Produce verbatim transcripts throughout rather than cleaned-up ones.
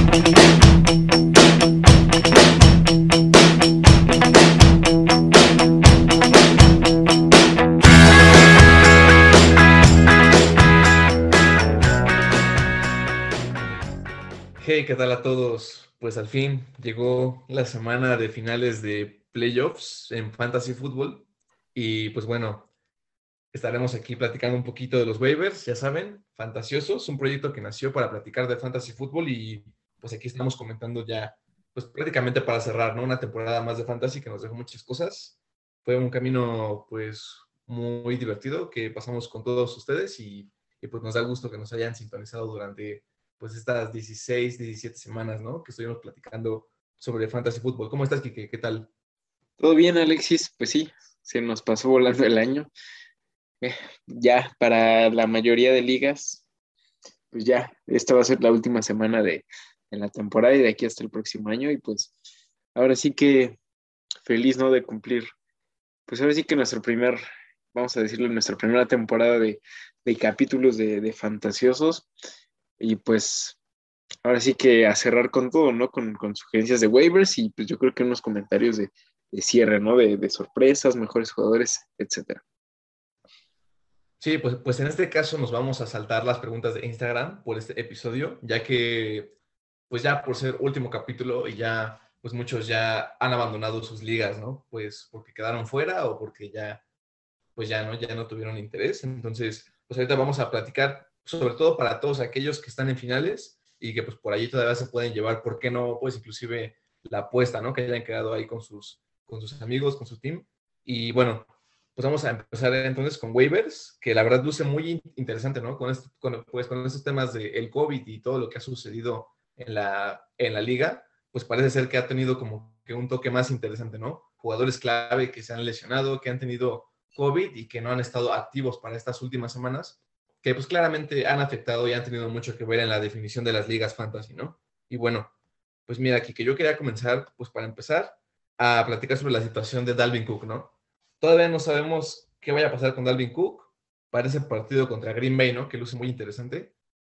Hey, ¿qué tal a todos? Pues al fin llegó la semana de finales de playoffs en Fantasy Football y pues bueno, estaremos aquí platicando un poquito de los waivers, ya saben, Fantasiosos, un proyecto que nació para platicar de Fantasy Football y pues aquí estamos comentando ya, pues prácticamente para cerrar, ¿no? Una temporada más de Fantasy que nos dejó muchas cosas. Fue un camino pues muy divertido que pasamos con todos ustedes y, y pues nos da gusto que nos hayan sintonizado durante pues estas dieciséis, diecisiete semanas, ¿no? Que estuvimos platicando sobre Fantasy Football. ¿Cómo estás, Kike? ¿Qué tal? Todo bien, Alexis, pues sí, se nos pasó volando el año. Eh, ya para la mayoría de ligas, pues ya, esta va a ser la última semana de, de la temporada y de aquí hasta el próximo año. Y pues ahora sí que feliz, ¿no? De cumplir, pues ahora sí que nuestro primer, vamos a decirlo, nuestra primera temporada de, de capítulos de, de fantasiosos. Y pues ahora sí que a cerrar con todo, ¿no? Con, con sugerencias de waivers y pues yo creo que unos comentarios de, de cierre, ¿no? De, de sorpresas, mejores jugadores, etcétera. Sí, pues, pues en este caso nos vamos a saltar las preguntas de Instagram por este episodio, ya que, pues ya por ser último capítulo y ya, pues muchos ya han abandonado sus ligas, ¿no? Pues porque quedaron fuera o porque ya, pues ya no, ya no tuvieron interés. Entonces, pues ahorita vamos a platicar, sobre todo para todos aquellos que están en finales y que pues por allí todavía se pueden llevar, ¿por qué no? Pues inclusive la apuesta, ¿no? Que hayan quedado ahí con sus, con sus amigos, con su team. Y bueno, pues vamos a empezar entonces con waivers, que la verdad luce muy interesante, ¿no? Con, este, con, pues, con estos temas del de COVID y todo lo que ha sucedido en la, en la liga, pues parece ser que ha tenido como que un toque más interesante, ¿no? Jugadores clave que se han lesionado, que han tenido COVID y que no han estado activos para estas últimas semanas, que pues claramente han afectado y han tenido mucho que ver en la definición de las ligas fantasy, ¿no? Y bueno, pues mira, aquí que yo quería comenzar, pues para empezar, a platicar sobre la situación de Dalvin Cook, ¿no? Todavía no sabemos qué vaya a pasar con Dalvin Cook para ese partido contra Green Bay, ¿no? Que luce muy interesante.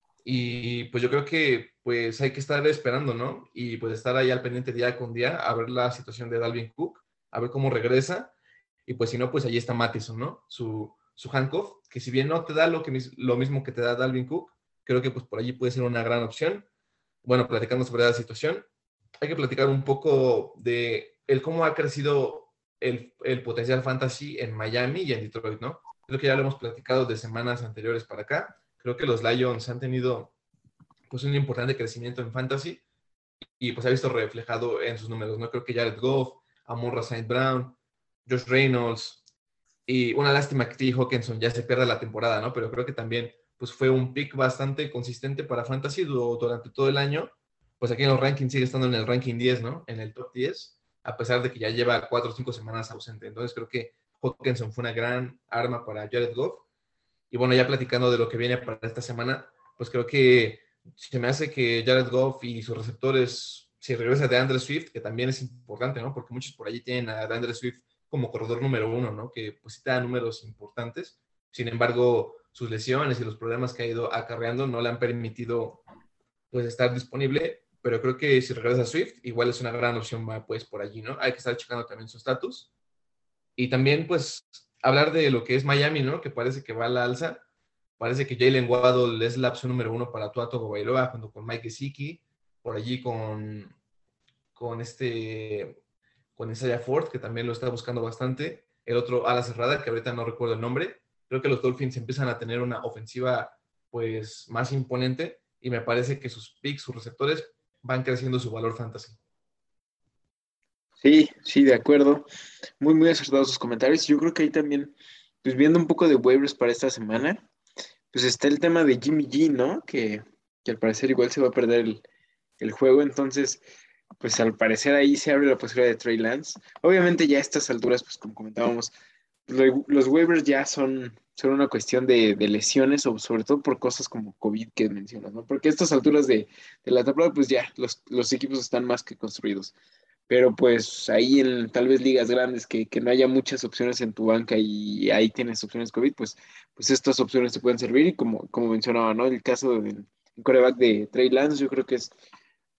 Y pues yo creo que pues hay que estar esperando, ¿no? Y pues estar ahí al pendiente día con día a ver la situación de Dalvin Cook, a ver cómo regresa. Y pues si no, pues ahí está Mattison, ¿no? Su, su handcuff, que si bien no te da lo, que, lo mismo que te da Dalvin Cook, creo que pues por allí puede ser una gran opción. Bueno, platicando sobre la situación, hay que platicar un poco de el cómo ha crecido el, el potencial fantasy en Miami y en Detroit, ¿no? Creo que ya lo hemos platicado de semanas anteriores para acá. Creo que los Lions han tenido pues un importante crecimiento en fantasy y pues ha visto reflejado en sus números, ¿no? Creo que Jared Goff, Amon-Ra Saint Brown, Josh Reynolds y una lástima que T. Hawkinson ya se pierda la temporada, ¿no? Pero creo que también pues fue un pick bastante consistente para fantasy durante todo el año. Pues aquí en los rankings sigue estando en el ranking diez, ¿no? En el top diez, a pesar de que ya lleva cuatro o cinco semanas ausente. Entonces creo que Hawkinson fue una gran arma para Jared Goff. Y bueno, ya platicando de lo que viene para esta semana, pues creo que se me hace que Jared Goff y sus receptores, si regresa de Andrew Swift, que también es importante, ¿no? Porque muchos por allí tienen a Andrew Swift como corredor número uno, ¿no? Que pues sí te da números importantes. Sin embargo, sus lesiones y los problemas que ha ido acarreando no le han permitido pues estar disponible, pero creo que si regresa Swift, igual es una gran opción pues por allí, ¿no? Hay que estar checando también su estatus. Y también pues hablar de lo que es Miami, ¿no? Que parece que va a la alza. Parece que Jalen Waddle es la opción número uno para Tua Tagovailoa junto con Mike Gesicki, por allí con, con este con Isaiah Ford, que también lo está buscando bastante. El otro ala cerrada, que ahorita no recuerdo el nombre. Creo que los Dolphins empiezan a tener una ofensiva pues más imponente y me parece que sus picks, sus receptores van creciendo su valor fantasy. Sí, sí, de acuerdo. Muy, muy acertados sus comentarios. Yo creo que ahí también, pues viendo un poco de waivers para esta semana, pues está el tema de Jimmy G, ¿no? Que, que al parecer igual se va a perder el, el juego. Entonces, pues al parecer ahí se abre la posibilidad de Trey Lance. Obviamente ya a estas alturas, pues como comentábamos, lo- los waivers ya son, son una cuestión de, de lesiones o sobre todo por cosas como COVID que mencionas, ¿no? Porque a estas alturas de, de la temporada, pues ya los, los equipos están más que construidos. Pero pues ahí en tal vez ligas grandes que, que no haya muchas opciones en tu banca y ahí tienes opciones COVID, pues, pues estas opciones te pueden servir y como, como mencionaba, ¿no? El caso del quarterback de Trey Lance, yo creo que es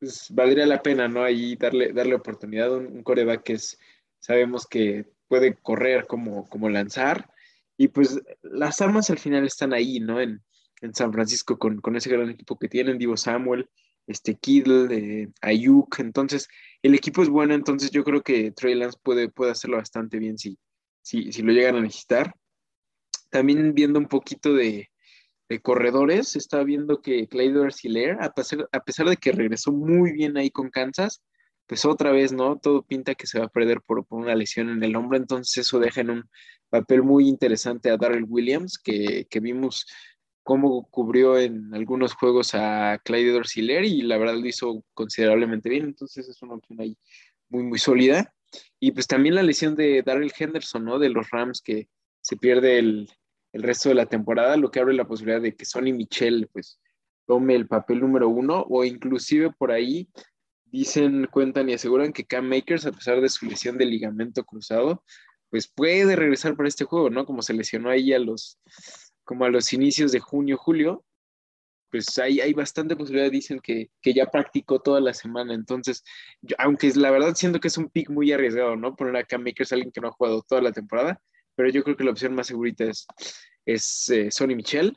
pues valdría la pena, ¿no? Ahí darle, darle oportunidad a un, un quarterback que es, sabemos que puede correr como, como lanzar, y pues las armas al final están ahí, ¿no? En, en San Francisco con, con ese gran equipo que tienen, Divo Samuel, este Kittle, eh, Ayuk, entonces el equipo es bueno, entonces yo creo que Trey Lance puede, puede hacerlo bastante bien si, si, si lo llegan a necesitar. También viendo un poquito de, de corredores, está viendo que Clyde Arciller, a pesar, a pesar de que regresó muy bien ahí con Kansas, pues otra vez, ¿no? Todo pinta que se va a perder por, por una lesión en el hombro, entonces eso deja en un papel muy interesante a Darrell Williams, que, que vimos cómo cubrió en algunos juegos a Clyde Arciller y la verdad lo hizo considerablemente bien, entonces es una opción ahí muy, muy sólida. Y pues también la lesión de Darrell Henderson, ¿no? De los Rams que se pierde el, el resto de la temporada, lo que abre la posibilidad de que Sonny Michel pues tome el papel número uno o inclusive por ahí dicen, cuentan y aseguran que Cam Makers, a pesar de su lesión de ligamento cruzado, pues puede regresar para este juego, ¿no? Como se lesionó ahí a los, como a los inicios de junio, julio, pues hay, hay bastante posibilidad, dicen que, que ya practicó toda la semana, entonces, yo, aunque es, la verdad siento que es un pick muy arriesgado, ¿no? Poner a Cam Makers, alguien que no ha jugado toda la temporada, pero yo creo que la opción más segurita es, es eh, Sonny Michel.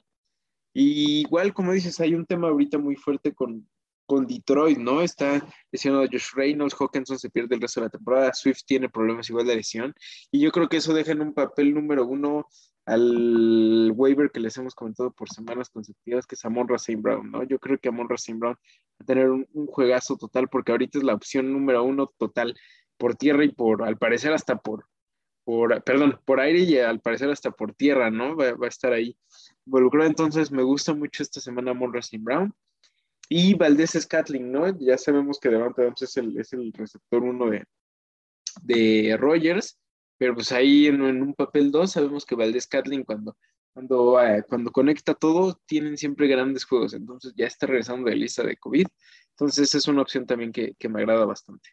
Y igual, como dices, hay un tema ahorita muy fuerte con, con Detroit, ¿no? Está lesionado Josh Reynolds, Hawkinson se pierde el resto de la temporada, Swift tiene problemas igual de lesión, y yo creo que eso deja en un papel número uno al waiver que les hemos comentado por semanas consecutivas, que es Amon-Ra Saint Brown, ¿no? Yo creo que Amon-Ra Saint Brown va a tener un, un juegazo total, porque ahorita es la opción número uno total por tierra y por, al parecer, hasta por, por, perdón, por aire y al parecer hasta por tierra, ¿no? Va, va a estar ahí involucrado. Entonces, me gusta mucho esta semana Amon-Ra Saint Brown. Y Valdés Scantling, ¿no? Ya sabemos que Davante Adams es el, es el receptor uno de, de Rogers, pero pues ahí en, en un papel dos sabemos que Valdés Scantling cuando, cuando, eh, cuando conecta todo, tienen siempre grandes juegos. Entonces ya está regresando de lista de COVID. Entonces es una opción también que, que me agrada bastante.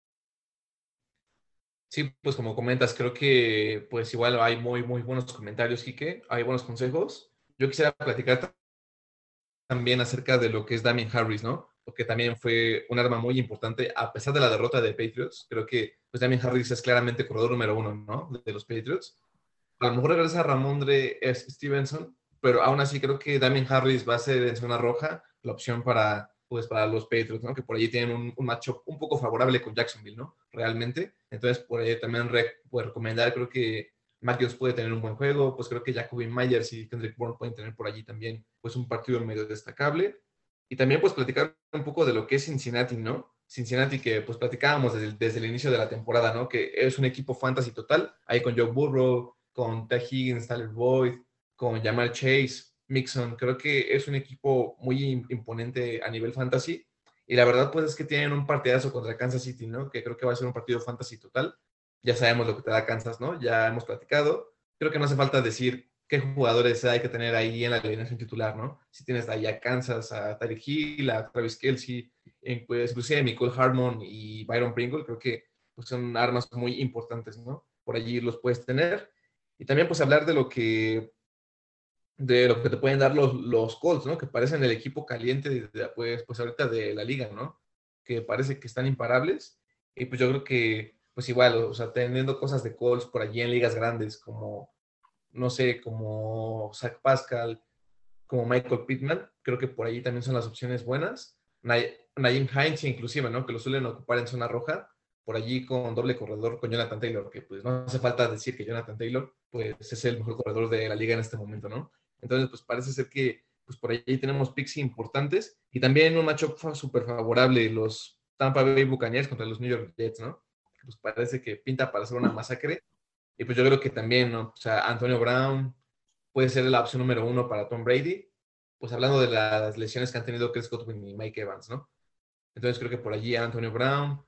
Sí, pues como comentas, creo que pues igual hay muy, muy buenos comentarios, Quique, hay buenos consejos. Yo quisiera platicar también acerca de lo que es Damien Harris, ¿no? Porque también fue un arma muy importante, a pesar de la derrota de Patriots. Creo que pues Damien Harris es claramente corredor número uno, ¿no? De, de los Patriots. A lo mejor regresa Ramondre Stevenson, pero aún así creo que Damien Harris va a ser en zona roja la opción para, pues, para los Patriots, ¿no? Que por allí tienen un, un matchup un poco favorable con Jacksonville, ¿no? Realmente. Entonces, por ahí también re, puedo recomendar, creo que Mac Jones puede tener un buen juego, pues creo que Jacoby Myers y Kendrick Bourne pueden tener por allí también pues un partido medio destacable. Y también pues platicar un poco de lo que es Cincinnati, ¿no? Cincinnati que pues platicábamos desde, desde el inicio de la temporada, ¿no? Que es un equipo fantasy total, ahí con Joe Burrow, con Ty Higgins, Tyler Boyd, con Jamal Chase, Mixon. Creo que es un equipo muy imponente a nivel fantasy. Y la verdad, pues es que tienen un partidazo contra Kansas City, ¿no? Que creo que va a ser un partido fantasy total. Ya sabemos lo que te da Kansas, ¿no? Ya hemos platicado. Creo que no hace falta decir qué jugadores hay que tener ahí en la alineación titular, ¿no? Si tienes ahí a Kansas, a Tyreek Hill, a Travis Kelce, pues, inclusive a Nicole Harmon y Byron Pringle, creo que pues, son armas muy importantes, ¿no? Por allí los puedes tener. Y también pues hablar de lo que de lo que te pueden dar los, los Colts, ¿no? Que parecen el equipo caliente de, de, pues, pues ahorita de la liga, ¿no? Que parece que están imparables. Y pues yo creo que, pues igual, o sea, teniendo cosas de Colts por allí en ligas grandes, como, no sé, como Zach Pascal, como Michael Pittman, creo que por allí también son las opciones buenas. Naeem Hines, inclusive, ¿no? Que lo suelen ocupar en zona roja, por allí con doble corredor con Jonathan Taylor, que pues no hace falta decir que Jonathan Taylor, pues es el mejor corredor de la liga en este momento, ¿no? Entonces, pues parece ser que pues por ahí tenemos picks importantes y también un matchup súper favorable, los Tampa Bay Buccaneers contra los New York Jets, ¿no? Pues parece que pinta para hacer una masacre. Y pues yo creo que también, ¿no? O sea, Antonio Brown puede ser la opción número uno para Tom Brady, pues hablando de las lesiones que han tenido Chris Godwin y Mike Evans, ¿no? Entonces creo que por allí Antonio Brown,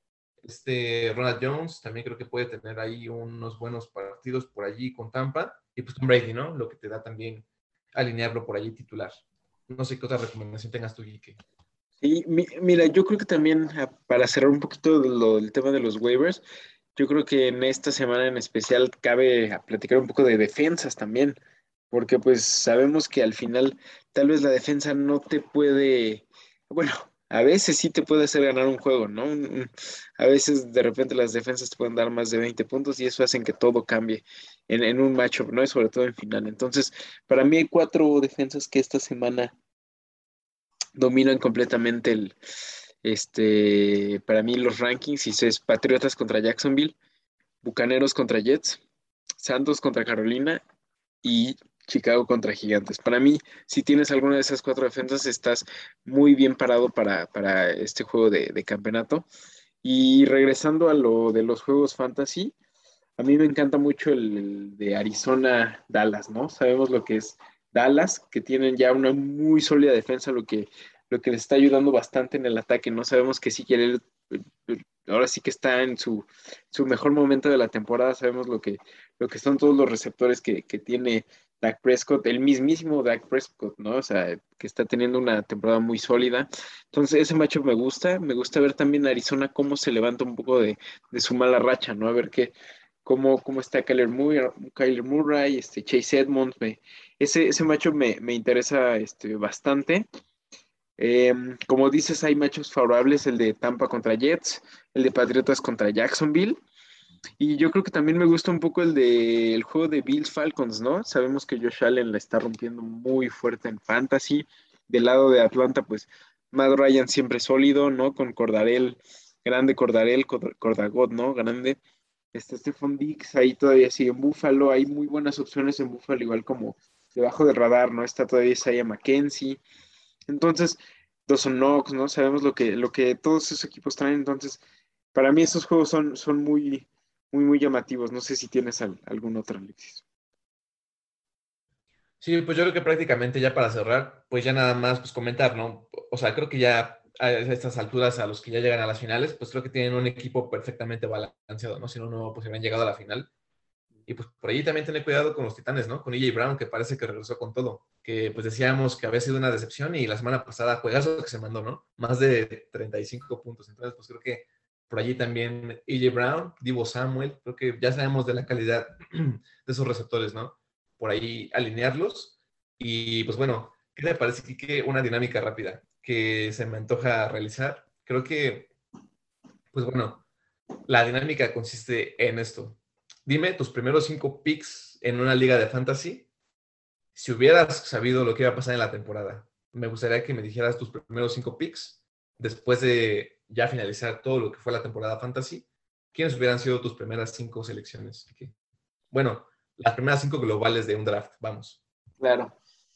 este Ronald Jones también creo que puede tener ahí unos buenos partidos por allí con Tampa y pues Tom Brady, ¿no? Lo que te da también alinearlo por allí titular. No sé qué otra recomendación tengas tú, Guique. Y mi, mira, yo creo que también ah, para cerrar un poquito lo, el tema de los waivers, yo creo que en esta semana en especial cabe a platicar un poco de defensas también, porque pues sabemos que al final tal vez la defensa no te puede, bueno, a veces sí te puede hacer ganar un juego, ¿no? Un- un- a veces de repente las defensas te pueden dar más de veinte puntos y eso hace que todo cambie en, en un matchup, ¿no? Y sobre todo en final. Entonces, para mí hay cuatro defensas que esta semana dominan completamente el, este, para mí los rankings, y es Patriotas contra Jacksonville, Bucaneros contra Jets, Santos contra Carolina y Chicago contra Gigantes. Para mí, si tienes alguna de esas cuatro defensas, estás muy bien parado para, para este juego de, de campeonato. Y regresando a lo de los juegos fantasy, a mí me encanta mucho el, el de Arizona-Dallas, ¿no? Sabemos lo que es Dallas, que tienen ya una muy sólida defensa, lo que, lo que les está ayudando bastante en el ataque, ¿no? Sabemos que sí quiere, ahora sí que está en su, su mejor momento de la temporada, sabemos lo que, lo que son todos los receptores que, que tiene Dak Prescott, el mismísimo Dak Prescott, ¿no? O sea, que está teniendo una temporada muy sólida. Entonces, ese macho me gusta, me gusta ver también a Arizona cómo se levanta un poco de, de su mala racha, ¿no? A ver qué, cómo, cómo está Kyler Murray, Kyler Murray, este, Chase Edmonds, me- ese, ese macho me, me interesa este, bastante. Eh, como dices, hay machos favorables, el de Tampa contra Jets, el de Patriotas contra Jacksonville, y yo creo que también me gusta un poco el de el juego de Bills Falcons, ¿no? Sabemos que Josh Allen la está rompiendo muy fuerte en fantasy. Del lado de Atlanta, pues Matt Ryan siempre sólido, ¿no? Con Cordarel, grande Cordarel, Cord- Cordagot, ¿no? Grande. Está Stephon Diggs, ahí todavía sigue en Buffalo, hay muy buenas opciones en Buffalo, igual como debajo del radar, ¿no? Está todavía Isaiah McKenzie. Entonces, Dawson Knox, ¿no? Sabemos lo que, lo que todos esos equipos traen. Entonces, para mí estos juegos son, son muy, muy, muy llamativos. No sé si tienes al- algún otro, Alexis. Sí, pues yo creo que prácticamente ya para cerrar, pues ya nada más pues comentar, ¿no? O sea, creo que ya a estas alturas, a los que ya llegan a las finales, pues creo que tienen un equipo perfectamente balanceado, ¿no? Si no, no, pues habrían llegado a la final. Y pues por allí también tener cuidado con los Titanes, ¿no? Con E J Brown, que parece que regresó con todo. Que pues decíamos que había sido una decepción y la semana pasada juegazo que se mandó, ¿no? Más de treinta y cinco puntos. Entonces, pues creo que por allí también E J Brown, Divo Samuel, creo que ya sabemos de la calidad de esos receptores, ¿no? Por ahí alinearlos. Y pues bueno, ¿qué te parece que una dinámica rápida que se me antoja realizar? Creo que, pues bueno, la dinámica consiste en esto. Dime tus primeros cinco picks en una liga de fantasy si hubieras sabido lo que iba a pasar en la temporada. Me gustaría que me dijeras tus primeros cinco picks después de ya finalizar todo lo que fue la temporada fantasy. ¿Quiénes hubieran sido tus primeras cinco selecciones? Okay. Bueno, las primeras cinco globales de un draft, vamos. Claro.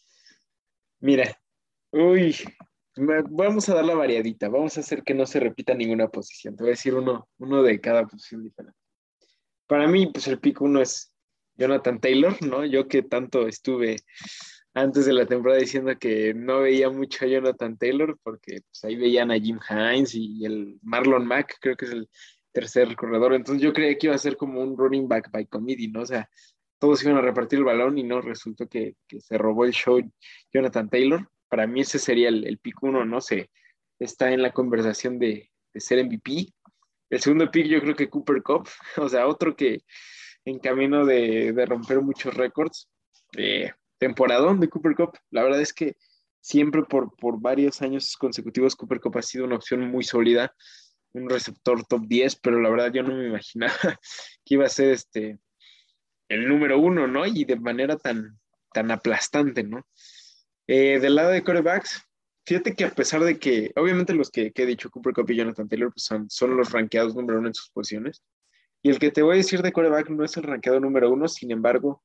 Mira, uy, me- vamos a dar la variadita. Vamos a hacer que no se repita ninguna posición. Te voy a decir uno, uno de cada posición diferente. Para mí, pues el pick uno es Jonathan Taylor, ¿no? Yo que tanto estuve antes de la temporada diciendo que no veía mucho a Jonathan Taylor, porque pues, ahí veían a Jim Hines y el Marlon Mack, creo que es el tercer corredor. Entonces yo creía que iba a ser como un running back by committee, ¿no? O sea, todos iban a repartir el balón y no, resultó que, que se robó el show Jonathan Taylor. Para mí ese sería el, el pick uno, ¿no? Se está en la conversación de, de ser M V P. El segundo pick yo creo que Cooper Cup, o sea, otro que en camino de, de romper muchos récords. Eh, temporadón de Cooper Cup. La verdad es que siempre por, por varios años consecutivos Cooper Cup ha sido una opción muy sólida, un receptor top diez, pero la verdad yo no me imaginaba que iba a ser este el número uno, ¿no? Y de manera tan, tan aplastante, ¿no? Eh, del lado de corebacks, fíjate que a pesar de que, obviamente los que, que he dicho, Cooper Cup y Jonathan Taylor, pues son, son los rankeados número uno en sus posiciones. Y el que te voy a decir de coreback no es el rankeado número uno, sin embargo,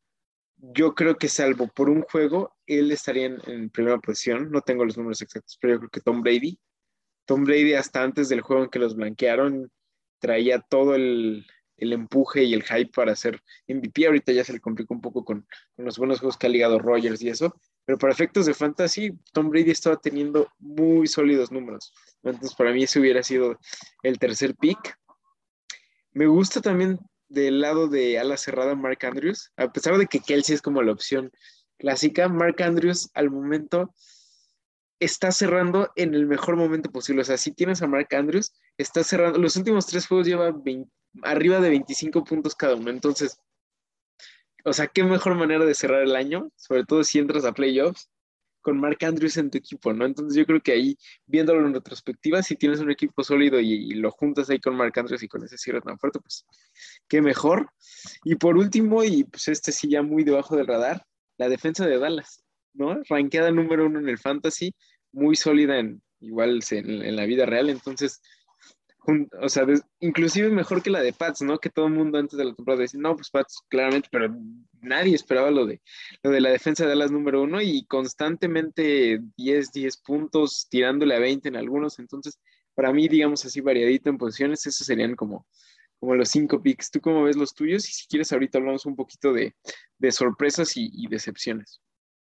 yo creo que salvo por un juego, él estaría en, en primera posición. No tengo los números exactos, pero yo creo que Tom Brady. Tom Brady hasta antes del juego en que los blanquearon traía todo el, el empuje y el hype para ser M V P. Ahorita ya se le complicó un poco con, con los buenos juegos que ha ligado Rogers y eso. Pero para efectos de fantasy, Tom Brady estaba teniendo muy sólidos números. Entonces, para mí ese hubiera sido el tercer pick. Me gusta también del lado de ala cerrada Mark Andrews, a pesar de que Kelsey es como la opción clásica, Mark Andrews al momento está cerrando en el mejor momento posible. O sea, si tienes a Mark Andrews, está cerrando. Los últimos tres juegos lleva veinte, arriba de veinticinco puntos cada uno. Entonces, o sea, qué mejor manera de cerrar el año, sobre todo si entras a playoffs, con Mark Andrews en tu equipo, ¿no? Entonces yo creo que ahí, viéndolo en retrospectiva, si tienes un equipo sólido y, y lo juntas ahí con Mark Andrews y con ese cierre tan fuerte, pues qué mejor. Y por último, y pues este sí ya muy debajo del radar, la defensa de Dallas, ¿no? Ranqueada número uno en el fantasy, muy sólida en igual en, en la vida real, entonces jun- o sea, des- inclusive mejor que la de Pats, ¿no? Que todo el mundo antes de la temporada decía, no, pues Pats, claramente, pero nadie esperaba lo de, lo de la defensa de Dallas número uno y constantemente diez diez puntos, tirándole a veinte en algunos. Entonces, para mí, digamos así, variadito en posiciones, esos serían como, como los cinco picks. ¿Tú cómo ves los tuyos? Y si quieres, ahorita hablamos un poquito de, de sorpresas y, y decepciones.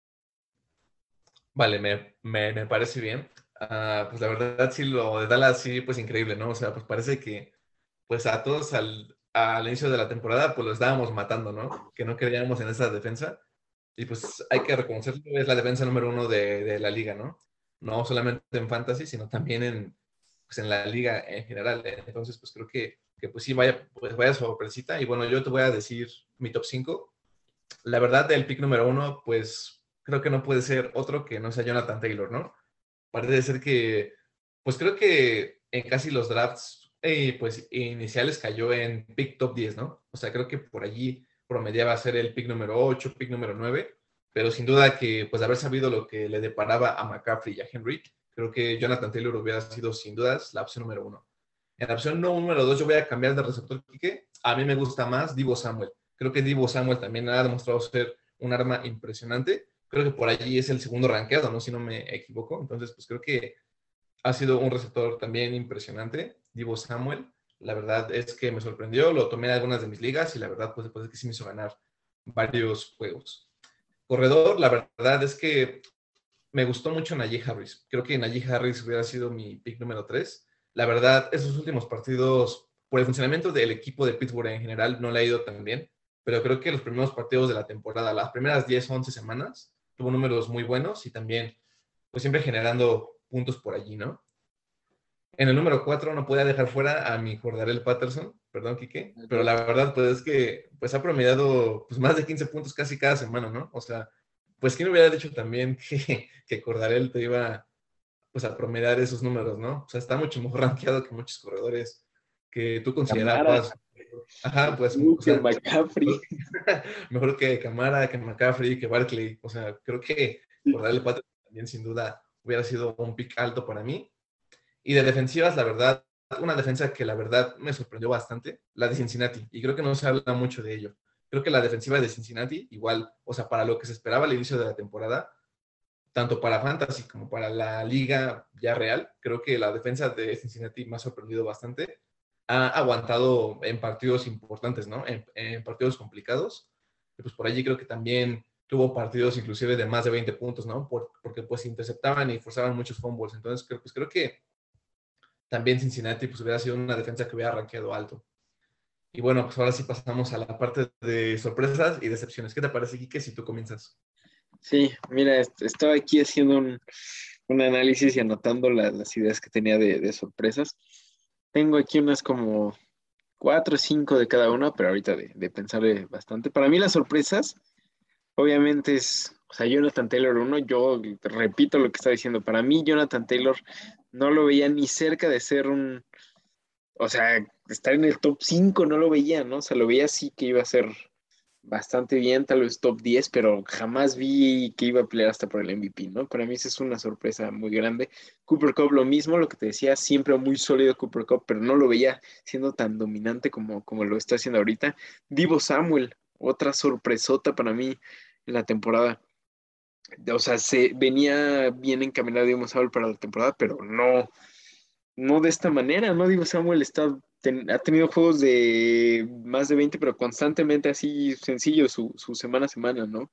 Vale, me, me, me parece bien. Ah, pues la verdad, sí, lo de Dallas, sí, pues increíble, ¿no? O sea, pues parece que, pues a todos al, al inicio de la temporada, pues lo estábamos matando, ¿no? Que no creíamos en esa defensa. Y pues hay que reconocerlo, es la defensa número uno de, de la liga, ¿no? No solamente en fantasy, sino también en, pues, en la liga en general. Entonces, pues creo que, que pues sí, vaya, pues vaya sorpresita. Y bueno, yo te voy a decir mi top cinco. La verdad, del pick número uno, pues creo que no puede ser otro que no sea Jonathan Taylor, ¿no? Parece ser que, pues creo que en casi los drafts, eh, pues iniciales cayó en pick top diez, ¿no? O sea, creo que por allí promediaba ser el pick número ocho, pick número nueve, pero sin duda que, pues de haber sabido lo que le deparaba a McCaffrey y a Henry, creo que Jonathan Taylor hubiera sido sin dudas la opción número uno. En la opción número dos yo voy a cambiar de receptor, Quique. A mí me gusta más Divo Samuel. Creo que Divo Samuel también ha demostrado ser un arma impresionante. Creo que por allí es el segundo rankeado, ¿no? Si no me equivoco. Entonces, pues creo que ha sido un receptor también impresionante, Divo Samuel. La verdad es que me sorprendió, lo tomé en algunas de mis ligas y la verdad, pues después es que sí me hizo ganar varios juegos. Corredor, la verdad es que me gustó mucho Najee Harris. Creo que Najee Harris hubiera sido mi pick número tres. La verdad, esos últimos partidos, por el funcionamiento del equipo de Pittsburgh en general, no le ha ido tan bien, pero creo que los primeros partidos de la temporada, las primeras diez, once semanas, tuvo números muy buenos y también, pues siempre generando puntos por allí, ¿no? En el número cuatro no podía dejar fuera a mi Jordarel Patterson, perdón, Quique, pero la verdad pues es que pues ha promediado pues, más de quince puntos casi cada semana, ¿no? O sea, pues quién hubiera dicho también que, que Cordarel te iba pues a promediar esos números, ¿no? O sea, está mucho mejor rankeado que muchos corredores que tú Camara, considerabas, ajá, pues, o que sea, McCaffrey. mejor que, mejor que Camara, que McCaffrey, que Barkley. O sea, creo que Cordarel Patterson también sin duda hubiera sido un pick alto para mí. Y de defensivas, la verdad, una defensa que la verdad me sorprendió bastante, la de Cincinnati, y creo que no se habla mucho de ello. Creo que la defensiva de Cincinnati, igual, o sea, para lo que se esperaba al inicio de la temporada, tanto para Fantasy como para la liga ya real, creo que la defensa de Cincinnati me ha sorprendido bastante. Ha aguantado en partidos importantes, ¿no? En, en partidos complicados. Y pues por allí creo que también tuvo partidos inclusive de más de veinte puntos, ¿no? Por, porque pues interceptaban y forzaban muchos fumbles. Entonces, creo, pues creo que también Cincinnati pues hubiera sido una defensa que hubiera rankeado alto. Y bueno, pues ahora sí pasamos a la parte de sorpresas y decepciones. ¿Qué te parece, Quique, si tú comienzas? Sí, mira, est- estaba aquí haciendo un, un análisis y anotando la- las ideas que tenía de, de sorpresas. Tengo aquí unas como cuatro o cinco de cada una, pero ahorita de, de pensarle bastante. Para mí las sorpresas, obviamente es, o sea, Jonathan Taylor uno, yo repito lo que estaba diciendo, para mí Jonathan Taylor no lo veía ni cerca de ser un, o sea, estar en el top cinco no lo veía, ¿no? O sea, lo veía así que iba a ser bastante bien, tal vez top diez, pero jamás vi que iba a pelear hasta por el M V P, ¿no? Para mí esa es una sorpresa muy grande. Cooper Cup lo mismo, lo que te decía, siempre muy sólido Cooper Cup, pero no lo veía siendo tan dominante como, como lo está haciendo ahorita. Divo Samuel, otra sorpresota para mí en la temporada. O sea, se venía bien encaminado Divo Samuel para la temporada, pero no, no de esta manera, ¿no? Divo Samuel está, ten- ha tenido juegos de más de veinte, pero constantemente así sencillo su, su semana a semana, ¿no?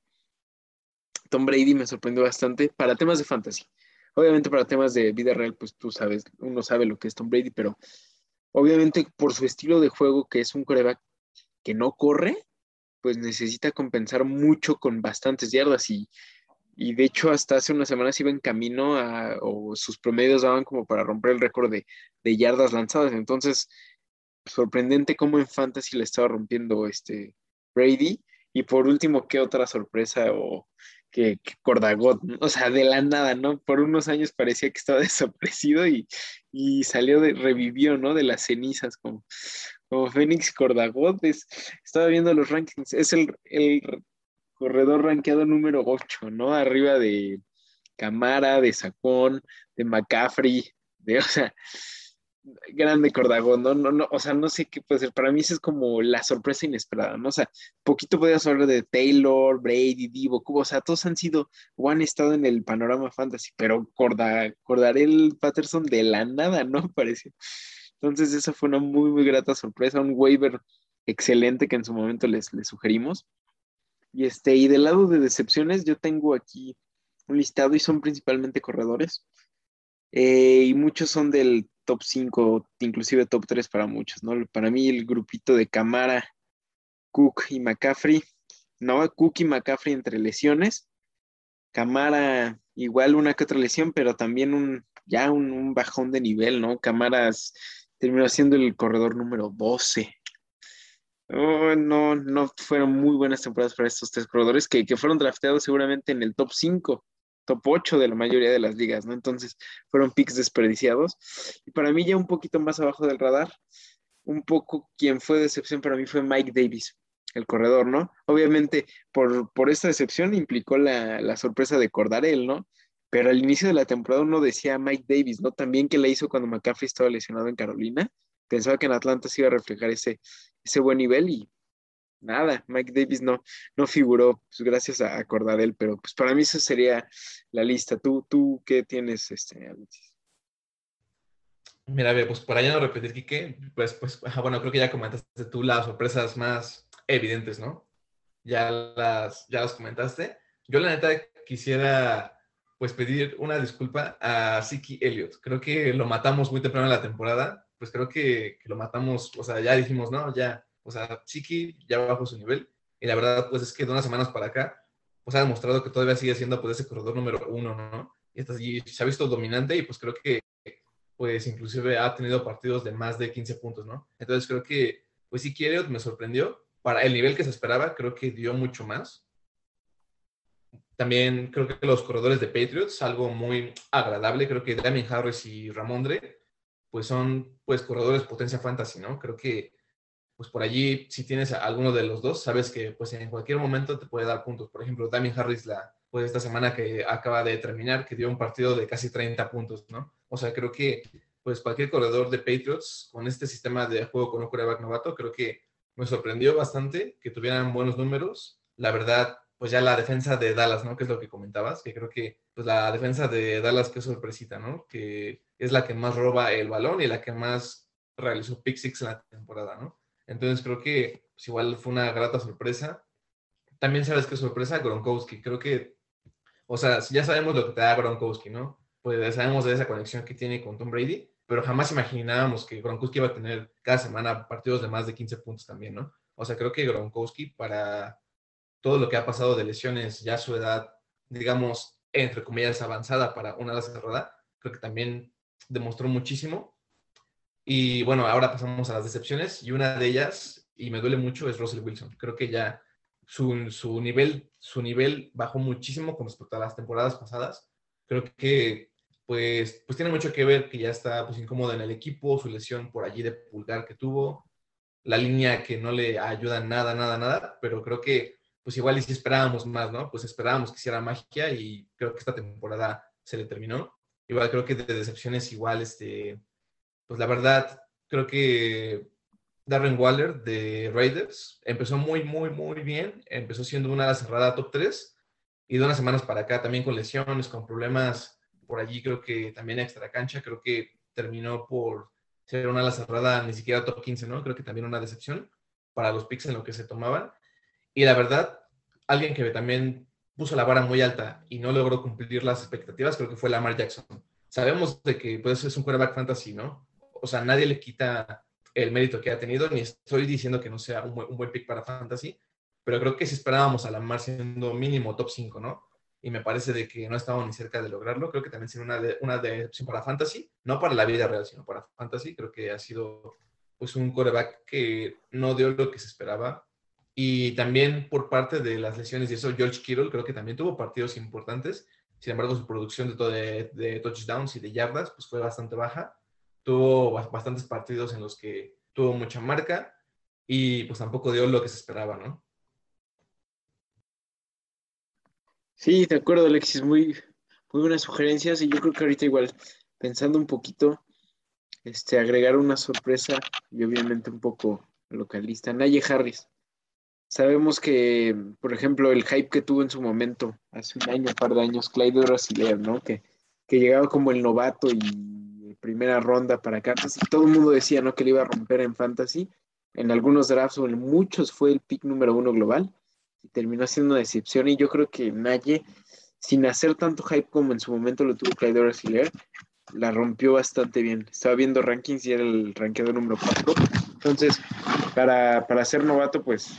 Tom Brady me sorprendió bastante para temas de fantasy. Obviamente para temas de vida real, pues tú sabes, uno sabe lo que es Tom Brady, pero obviamente por su estilo de juego, que es un coreback que no corre, pues necesita compensar mucho con bastantes yardas y, y de hecho hasta hace unas semanas iba en camino a, o sus promedios daban como para romper el récord de, de yardas lanzadas. Entonces, sorprendente cómo en fantasy le estaba rompiendo este Brady. Y por último, ¿qué otra sorpresa o que, que Cordagot, ¿no? O sea, de la nada, ¿no? Por unos años parecía que estaba desaparecido y, y salió de, revivió, ¿no? De las cenizas, como, como Fénix Cordagot. Es, estaba viendo los rankings, es el, el corredor rankeado número ocho, ¿no? Arriba de Camara, de Sacón, de McCaffrey, de, o sea, grande Cordagón, ¿no? No, no, o sea, no sé qué puede ser. Para mí eso es como la sorpresa inesperada, ¿no? O sea, poquito podías hablar de Taylor, Brady, Divo, Cubo, o sea, todos han sido o han estado en el panorama fantasy, pero Corda, Cordarel Patterson de la nada, ¿no? Pareció. Entonces, esa fue una muy, muy grata sorpresa, un waiver excelente que en su momento les, les sugerimos. Y este, y del lado de decepciones, yo tengo aquí un listado y son principalmente corredores. Eh, y muchos son del top cinco, inclusive top tres para muchos, ¿no? Para mí el grupito de Camara, Cook y McCaffrey, no, Cook y McCaffrey entre lesiones, Camara igual una que otra lesión, pero también un, ya un, un bajón de nivel, ¿no? Camara terminó siendo el corredor número doce. Oh, no, no fueron muy buenas temporadas para estos tres corredores que, que fueron drafteados seguramente en el top cinco, top ocho de la mayoría de las ligas, ¿no? Entonces fueron picks desperdiciados. Y para mí ya un poquito más abajo del radar, un poco quien fue decepción para mí fue Mike Davis, el corredor, ¿no? Obviamente por, por esta decepción implicó la, la sorpresa de Cordarel, ¿no? Pero al inicio de la temporada uno decía Mike Davis, ¿no? También que la hizo cuando McCaffrey estaba lesionado en Carolina. Pensaba que en Atlanta se iba a reflejar ese, ese buen nivel y nada, Mike Davis no, no figuró, pues gracias a, a Cordarel, pero pues para mí esa sería la lista. ¿Tú, tú qué tienes, este, Alexis? Mira, ve, pues para ya no repetir, Quique, pues, pues, ah, bueno, creo que ya comentaste tú las sorpresas más evidentes, ¿no? Ya las, ya las comentaste. Yo la neta quisiera, pues, pedir una disculpa a Zeke Elliott. Creo que lo matamos muy temprano en la temporada, pues creo que, que lo matamos, o sea, ya dijimos, ¿no? Ya, o sea, Zeke ya bajó su nivel, y la verdad, pues es que de unas semanas para acá, pues ha demostrado que todavía sigue siendo, pues, ese corredor número uno, ¿no? Y, está, y se ha visto dominante, y pues creo que pues inclusive ha tenido partidos de más de quince puntos, ¿no? Entonces creo que, pues sí, Elliott me sorprendió. Para el nivel que se esperaba, creo que dio mucho más. También creo que los corredores de Patriots, algo muy agradable, creo que Damien Harris y Ramondre, pues son pues corredores potencia fantasy, ¿no? Creo que pues por allí, si tienes a alguno de los dos, sabes que pues en cualquier momento te puede dar puntos. Por ejemplo, Damien Harris, la, pues esta semana que acaba de terminar, que dio un partido de casi treinta puntos, ¿no? O sea, creo que pues cualquier corredor de Patriots con este sistema de juego con un quarterback novato, creo que me sorprendió bastante que tuvieran buenos números. La verdad, pues ya la defensa de Dallas, ¿no? Que es lo que comentabas, que creo que pues la defensa de Dallas que sorpresita, ¿no? Que es la que más roba el balón y la que más realizó pick six en la temporada, ¿no? Entonces creo que pues, igual fue una grata sorpresa. También sabes qué sorpresa, Gronkowski. Creo que, o sea, ya sabemos lo que te da Gronkowski, ¿no? Pues ya sabemos de esa conexión que tiene con Tom Brady, pero jamás imaginábamos que Gronkowski iba a tener cada semana partidos de más de quince puntos también, ¿no? O sea, creo que Gronkowski para todo lo que ha pasado de lesiones, ya su edad, digamos, entre comillas, avanzada para una ala cerrada, creo que también demostró muchísimo. Y bueno, ahora pasamos a las decepciones y una de ellas, y me duele mucho, es Russell Wilson. Creo que ya su, su, nivel, su nivel bajó muchísimo con respecto a las temporadas pasadas. Creo que pues, pues tiene mucho que ver que ya está pues, incómodo en el equipo, su lesión por allí de pulgar que tuvo, la línea que no le ayuda nada, nada, nada, pero creo que pues igual y si esperábamos más, ¿no? Pues esperábamos que hiciera magia y creo que esta temporada se le terminó. Igual creo que de decepciones igual este pues la verdad, creo que Darren Waller de Raiders empezó muy, muy, muy bien. Empezó siendo una ala cerrada top tres y de unas semanas para acá también con lesiones, con problemas por allí, creo que también extra cancha, creo que terminó por ser una ala cerrada ni siquiera top quince, ¿no? Creo que también una decepción para los picks en lo que se tomaban. Y la verdad, alguien que también puso la vara muy alta y no logró cumplir las expectativas, creo que fue Lamar Jackson. Sabemos de que pues, es un quarterback fantasy, ¿no? O sea, nadie le quita el mérito que ha tenido, ni estoy diciendo que no sea un buen, un buen pick para fantasy, pero creo que si esperábamos a Lamar siendo mínimo top cinco, ¿no? Y me parece de que no estábamos ni cerca de lograrlo. Creo que también sería una, de, una decepción para fantasy, no para la vida real, sino para fantasy. Creo que ha sido pues un quarterback que no dio lo que se esperaba. Y también por parte de las lesiones y eso, George Kittle creo que también tuvo partidos importantes. Sin embargo, su producción de, todo de, de touchdowns y de yardas pues fue bastante baja. Tuvo bastantes partidos en los que tuvo mucha marca y pues tampoco dio lo que se esperaba, ¿no? Sí, de acuerdo, Alexis, muy, muy buenas sugerencias y yo creo que ahorita igual, pensando un poquito, este, agregar una sorpresa y obviamente un poco localista, Najee Harris. Sabemos que, por ejemplo, el hype que tuvo en su momento, hace un año, un par de años, Clyde Brasileir, ¿no? Que, que llegaba como el novato y primera ronda para Kansas y todo el mundo decía, ¿no? Que le iba a romper en fantasy. En algunos drafts o en muchos fue el pick número uno global y terminó siendo una decepción y yo creo que Naye, sin hacer tanto hype como en su momento lo tuvo Clyde Brasileir, la rompió bastante bien. Estaba viendo rankings y era el rankeado número cuatro. Entonces, para, para ser novato, pues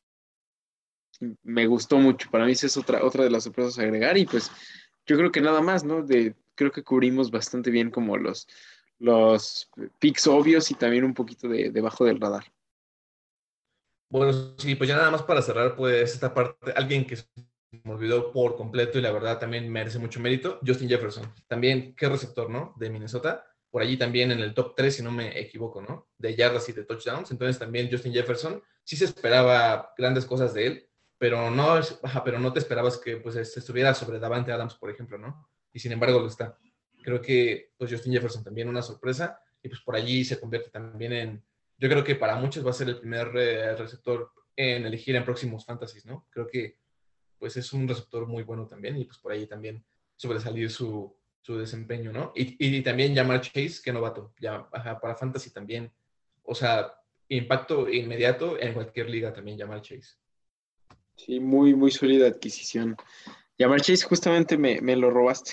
me gustó mucho. Para mí esa es otra, otra de las sorpresas a agregar y pues yo creo que nada más, ¿no? De, creo que cubrimos bastante bien como los, los picks obvios y también un poquito de debajo del radar. Bueno, sí, pues ya nada más para cerrar, pues esta parte, alguien que se me olvidó por completo y la verdad también merece mucho mérito, Justin Jefferson. También, qué receptor, ¿no? De Minnesota. Por allí también en el top tres, si no me equivoco, ¿no? De yardas y de touchdowns. Entonces también Justin Jefferson, sí se esperaba grandes cosas de él, pero no, ajá, pero no te esperabas que pues estuviera sobre Davante Adams, por ejemplo, ¿no? Y sin embargo lo está. Creo que pues Justin Jefferson también una sorpresa y pues por allí se convierte también en, yo creo que para muchos va a ser el primer eh, receptor en elegir en próximos fantasies, ¿no? Creo que pues es un receptor muy bueno también y pues por ahí también sobresalir su, su desempeño, ¿no? Y, y también Jamar Chase, que novato, ya, ajá, para fantasy también, o sea, impacto inmediato en cualquier liga también Jamar Chase. Sí, muy, muy sólida adquisición. Y a Chase justamente me, me lo robaste.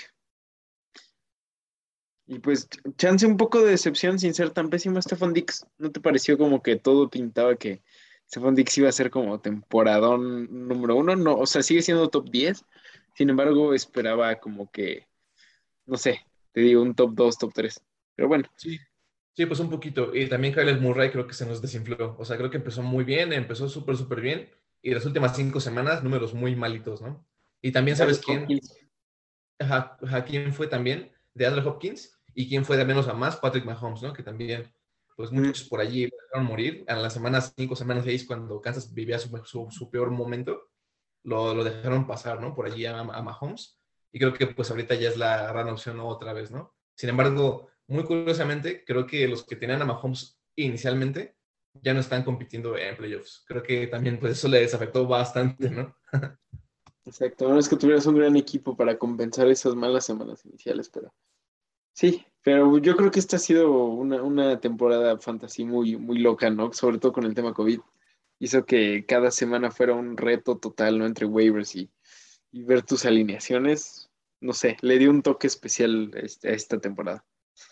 Y pues, chance un poco de decepción sin ser tan pésimo, Stephon Dix. ¿No te pareció como que todo pintaba que Stephon Dix iba a ser como temporadón número uno? No, o sea, sigue siendo top diez. Sin embargo, esperaba como que, no sé, te digo, un top dos, top tres. Pero bueno, Sí, sí, pues un poquito. Y también Kyler Murray creo que se nos desinfló. O sea, creo que empezó muy bien, empezó súper, súper bien. Y las últimas cinco semanas, números muy malitos, ¿no? Y también, Dale ¿sabes quién? Hopkins. Ajá, ajá, quién fue también de Andrew Hopkins y quién fue de menos a más, Patrick Mahomes, ¿no? Que también, pues Mm, muchos por allí lo dejaron morir. En las semanas cinco, semanas seis, cuando Kansas vivía su, su, su peor momento, lo, lo, dejaron pasar, ¿no? Por allí a, a, Mahomes. Y creo que pues ahorita ya es la gran opción otra vez, ¿no? Sin embargo, muy curiosamente, creo que los que tenían a Mahomes inicialmente ya no están compitiendo en playoffs. Creo que también pues eso les afectó bastante, ¿no? exacto, no es que tuvieras un gran equipo para compensar esas malas semanas iniciales, pero sí, pero yo creo que esta ha sido una, una temporada fantasy muy, muy loca, ¿no? Sobre todo con el tema COVID. Hizo que cada semana fuera un reto total, ¿no? Entre waivers y, y ver tus alineaciones. No sé, le dio un toque especial este- a esta temporada.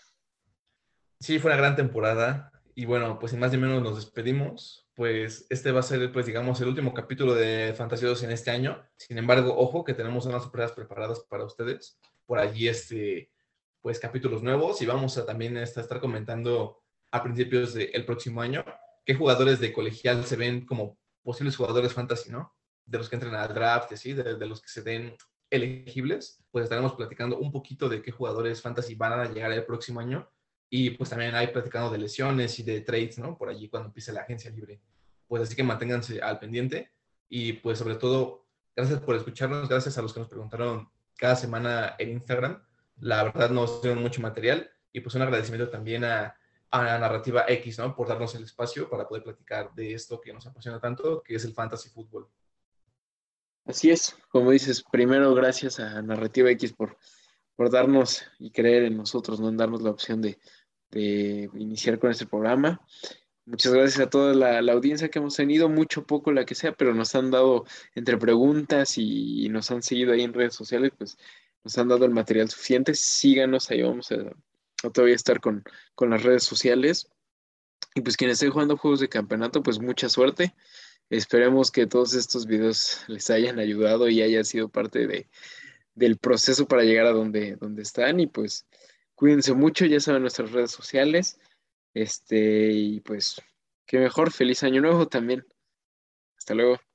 Sí, fue una gran temporada y bueno, pues sin más ni menos nos despedimos. Pues este va a ser, pues digamos, el último capítulo de Fantasiosos en este año. Sin embargo, ojo que tenemos unas sorpresas preparadas para ustedes. Por allí, este, pues capítulos nuevos y vamos a también esta- estar comentando a principios del próximo año qué jugadores de colegial se ven como posibles jugadores fantasy, ¿no? De los que entren al draft y así, de, de los que se den elegibles. Pues estaremos platicando un poquito de qué jugadores fantasy van a llegar el próximo año y pues también hay platicando de lesiones y de trades, ¿no? Por allí cuando empiece la agencia libre. Pues así que manténganse al pendiente y pues sobre todo, gracias por escucharnos, gracias a los que nos preguntaron cada semana en Instagram. La verdad nos dieron mucho material y pues un agradecimiento también a, a la Narrativa X, ¿no? Por darnos el espacio para poder platicar de esto que nos apasiona tanto, que es el fantasy fútbol. Así es, como dices, primero gracias a Narrativa X por, por darnos y creer en nosotros, ¿no? En darnos la opción de, de iniciar con este programa. Muchas gracias a toda la, la audiencia que hemos tenido, mucho poco la que sea, pero nos han dado entre preguntas y, y nos han seguido ahí en redes sociales, pues nos han dado el material suficiente. Síganos, ahí vamos a, a todavía estar con, con las redes sociales. Y pues quienes estén jugando juegos de campeonato, pues mucha suerte. Esperemos que todos estos videos les hayan ayudado y haya sido parte de, del proceso para llegar a donde, donde están. Y pues cuídense mucho, ya saben nuestras redes sociales. Este, y pues, qué mejor, feliz año nuevo también. Hasta luego.